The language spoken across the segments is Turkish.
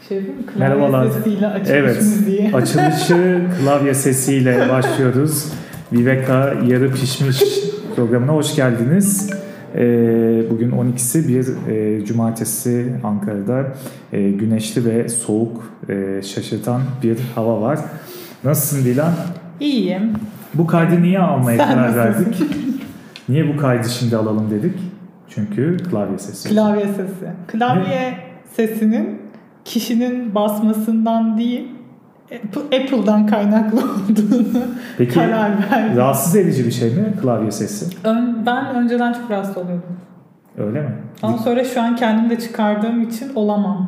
Merhabalar. Sesiyle açılış evet, müziği. Açılışı klavye sesiyle başlıyoruz. Viveka Yarı Pişmiş programına hoş geldiniz. Bugün 12'si bir cumartesi Ankara'da güneşli ve soğuk, şaşırtan bir hava var. Nasılsın Dilan? İyiyim. Bu kaydı niye almaya Sen karar nasılsın? verdik? Niye bu kaydı şimdi alalım dedik? Çünkü klavye sesi. Klavye sesi. Klavye sesinin kişinin basmasından değil, Apple'dan kaynaklı olduğunu karar verdim. Rahatsız edici bir şey mi klavye sesi? Ben önceden çok rahatsız oluyordum. Öyle mi? Ama sonra şu an kendim de çıkardığım için olamam.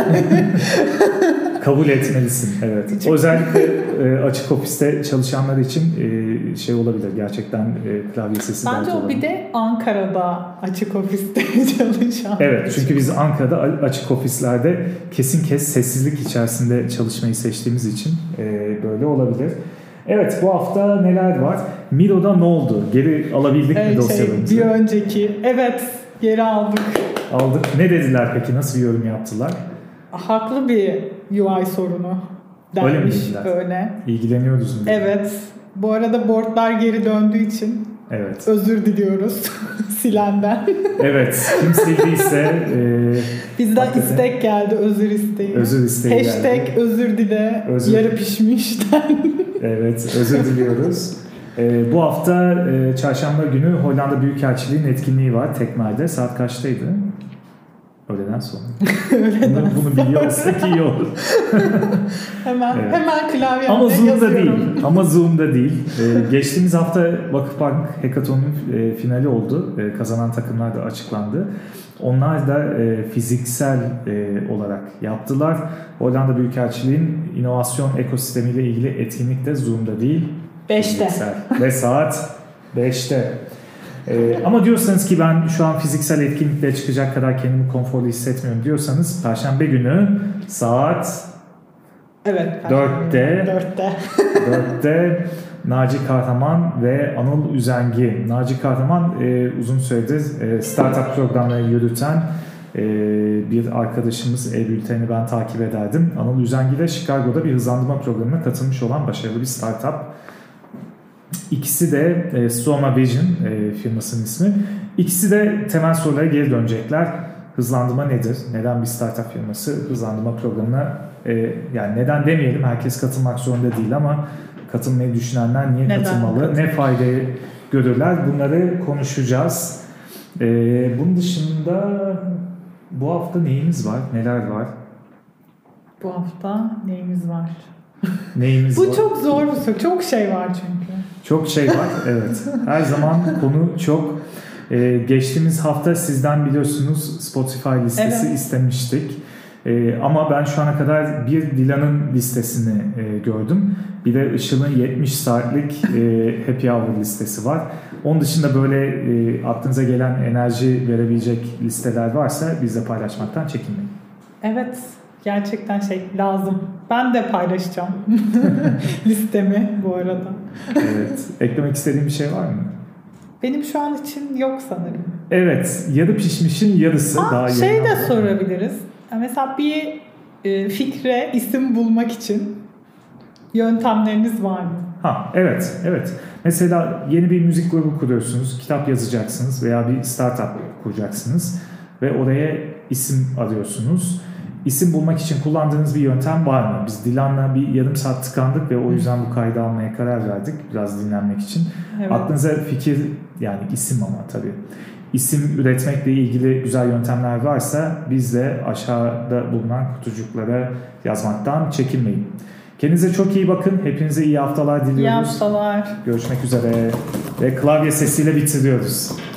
Kabul etmelisin, evet. Özellikle açık ofiste çalışanlar için şey olabilir gerçekten klavye sesi. Bence o bir de Ankara'da açık ofiste çalışan. Evet, çünkü biz Ankara'da açık ofislerde kesin sessizlik içerisinde çalışmayı seçtiğimiz için böyle olabilir. Evet, bu hafta neler var? Miro'da ne oldu? Geri alabildik mi dosyalarımızı? Bir önceki, evet, geri aldık. Aldık. Ne dediler peki? Nasıl bir yorum yaptılar? Haklı bir UI sorunu denmiş. Öyle mi dediler? Öyle. İlgileniyoruz mu? Evet. Bu arada boardlar geri döndüğü için evet. Özür diliyoruz silenden. Evet. Kim sildiyse bizden hakikaten istek geldi. Özür isteği. Özür isteği Hashtag geldi. özür dile. Özür. Yarı pişmişten. Evet. Özür diliyoruz. Bu hafta çarşamba günü Hollanda Büyükelçiliği'nin etkinliği var Tekmel'de. Saat kaçtaydı? Öğleden sonra. Bunu biliyor olsak iyi olur. hemen klavyemde Ama Zoom'da değil. yazıyorum. Zoom'da değil. Geçtiğimiz hafta Vakıfbank Hackathon'un finali oldu. Kazanan takımlar da açıklandı. Onlar da fiziksel olarak yaptılar. Hollanda Büyükelçiliği'nin inovasyon ekosistemiyle ilgili etkinlik de Zoom'da değil. 5'te. Ve saat 5'te. Ama diyorsanız ki ben şu an fiziksel etkinlikle çıkacak kadar kendimi konforlu hissetmiyorum diyorsanız Perşembe günü saat 4'te Naci Kahraman ve Anıl Üzengi. Naci Kahraman uzun süredir startup programları yürüten bir arkadaşımız. E-Bülten'i ben takip ederdim. Anıl Üzengi de Chicago'da bir hızlandırma programına katılmış olan başarılı bir startup. İkisi de Soma Vision firmasının ismi. İkisi de temel sorulara geri dönecekler. Hızlandırma nedir? Neden bir startup firması hızlandırma programına yani neden demeyelim, herkes katılmak zorunda değil ama katılmayı düşünenler niye katılmalı? Ne faydayı görürler? Bunları konuşacağız. Bunun dışında bu hafta neyimiz var? Neler var? Bu hafta neyimiz var? Neyimiz Bu var? çok zor bir soru. Çok şey var çünkü. Çok şey var, evet. Her zaman konu çok. Geçtiğimiz hafta sizden biliyorsunuz Spotify listesi istemiştik. Ama ben şu ana kadar bir Dilan'ın listesini gördüm. Bir de Işıl'ın 70 saatlik Happy Hour listesi var. Onun dışında böyle aklınıza gelen enerji verebilecek listeler varsa bizle paylaşmaktan çekinmeyin. Evet. Gerçekten lazım. Ben de paylaşacağım listemi bu arada. Evet. Eklemek istediğin bir şey var mı? Benim şu an için yok sanırım. Evet. Yarı pişmişin yarısı. Daha şey de sorabiliriz. Mesela bir fikre isim bulmak için yöntemleriniz var mı? Evet. Mesela yeni bir müzik grubu kuruyorsunuz, kitap yazacaksınız veya bir startup kuracaksınız ve oraya isim arıyorsunuz. İsim bulmak için kullandığınız bir yöntem var mı? Biz Dilan'la bir yarım saat tıkandık ve o yüzden bu kaydı almaya karar verdik. Biraz dinlenmek için. Evet. Aklınıza fikir, yani isim ama tabii. İsim üretmekle ilgili güzel yöntemler varsa biz de aşağıda bulunan kutucuklara yazmaktan çekinmeyin. Kendinize çok iyi bakın. Hepinize iyi haftalar diliyoruz. İyi haftalar. Görüşmek üzere. Ve klavye sesiyle bitiriyoruz.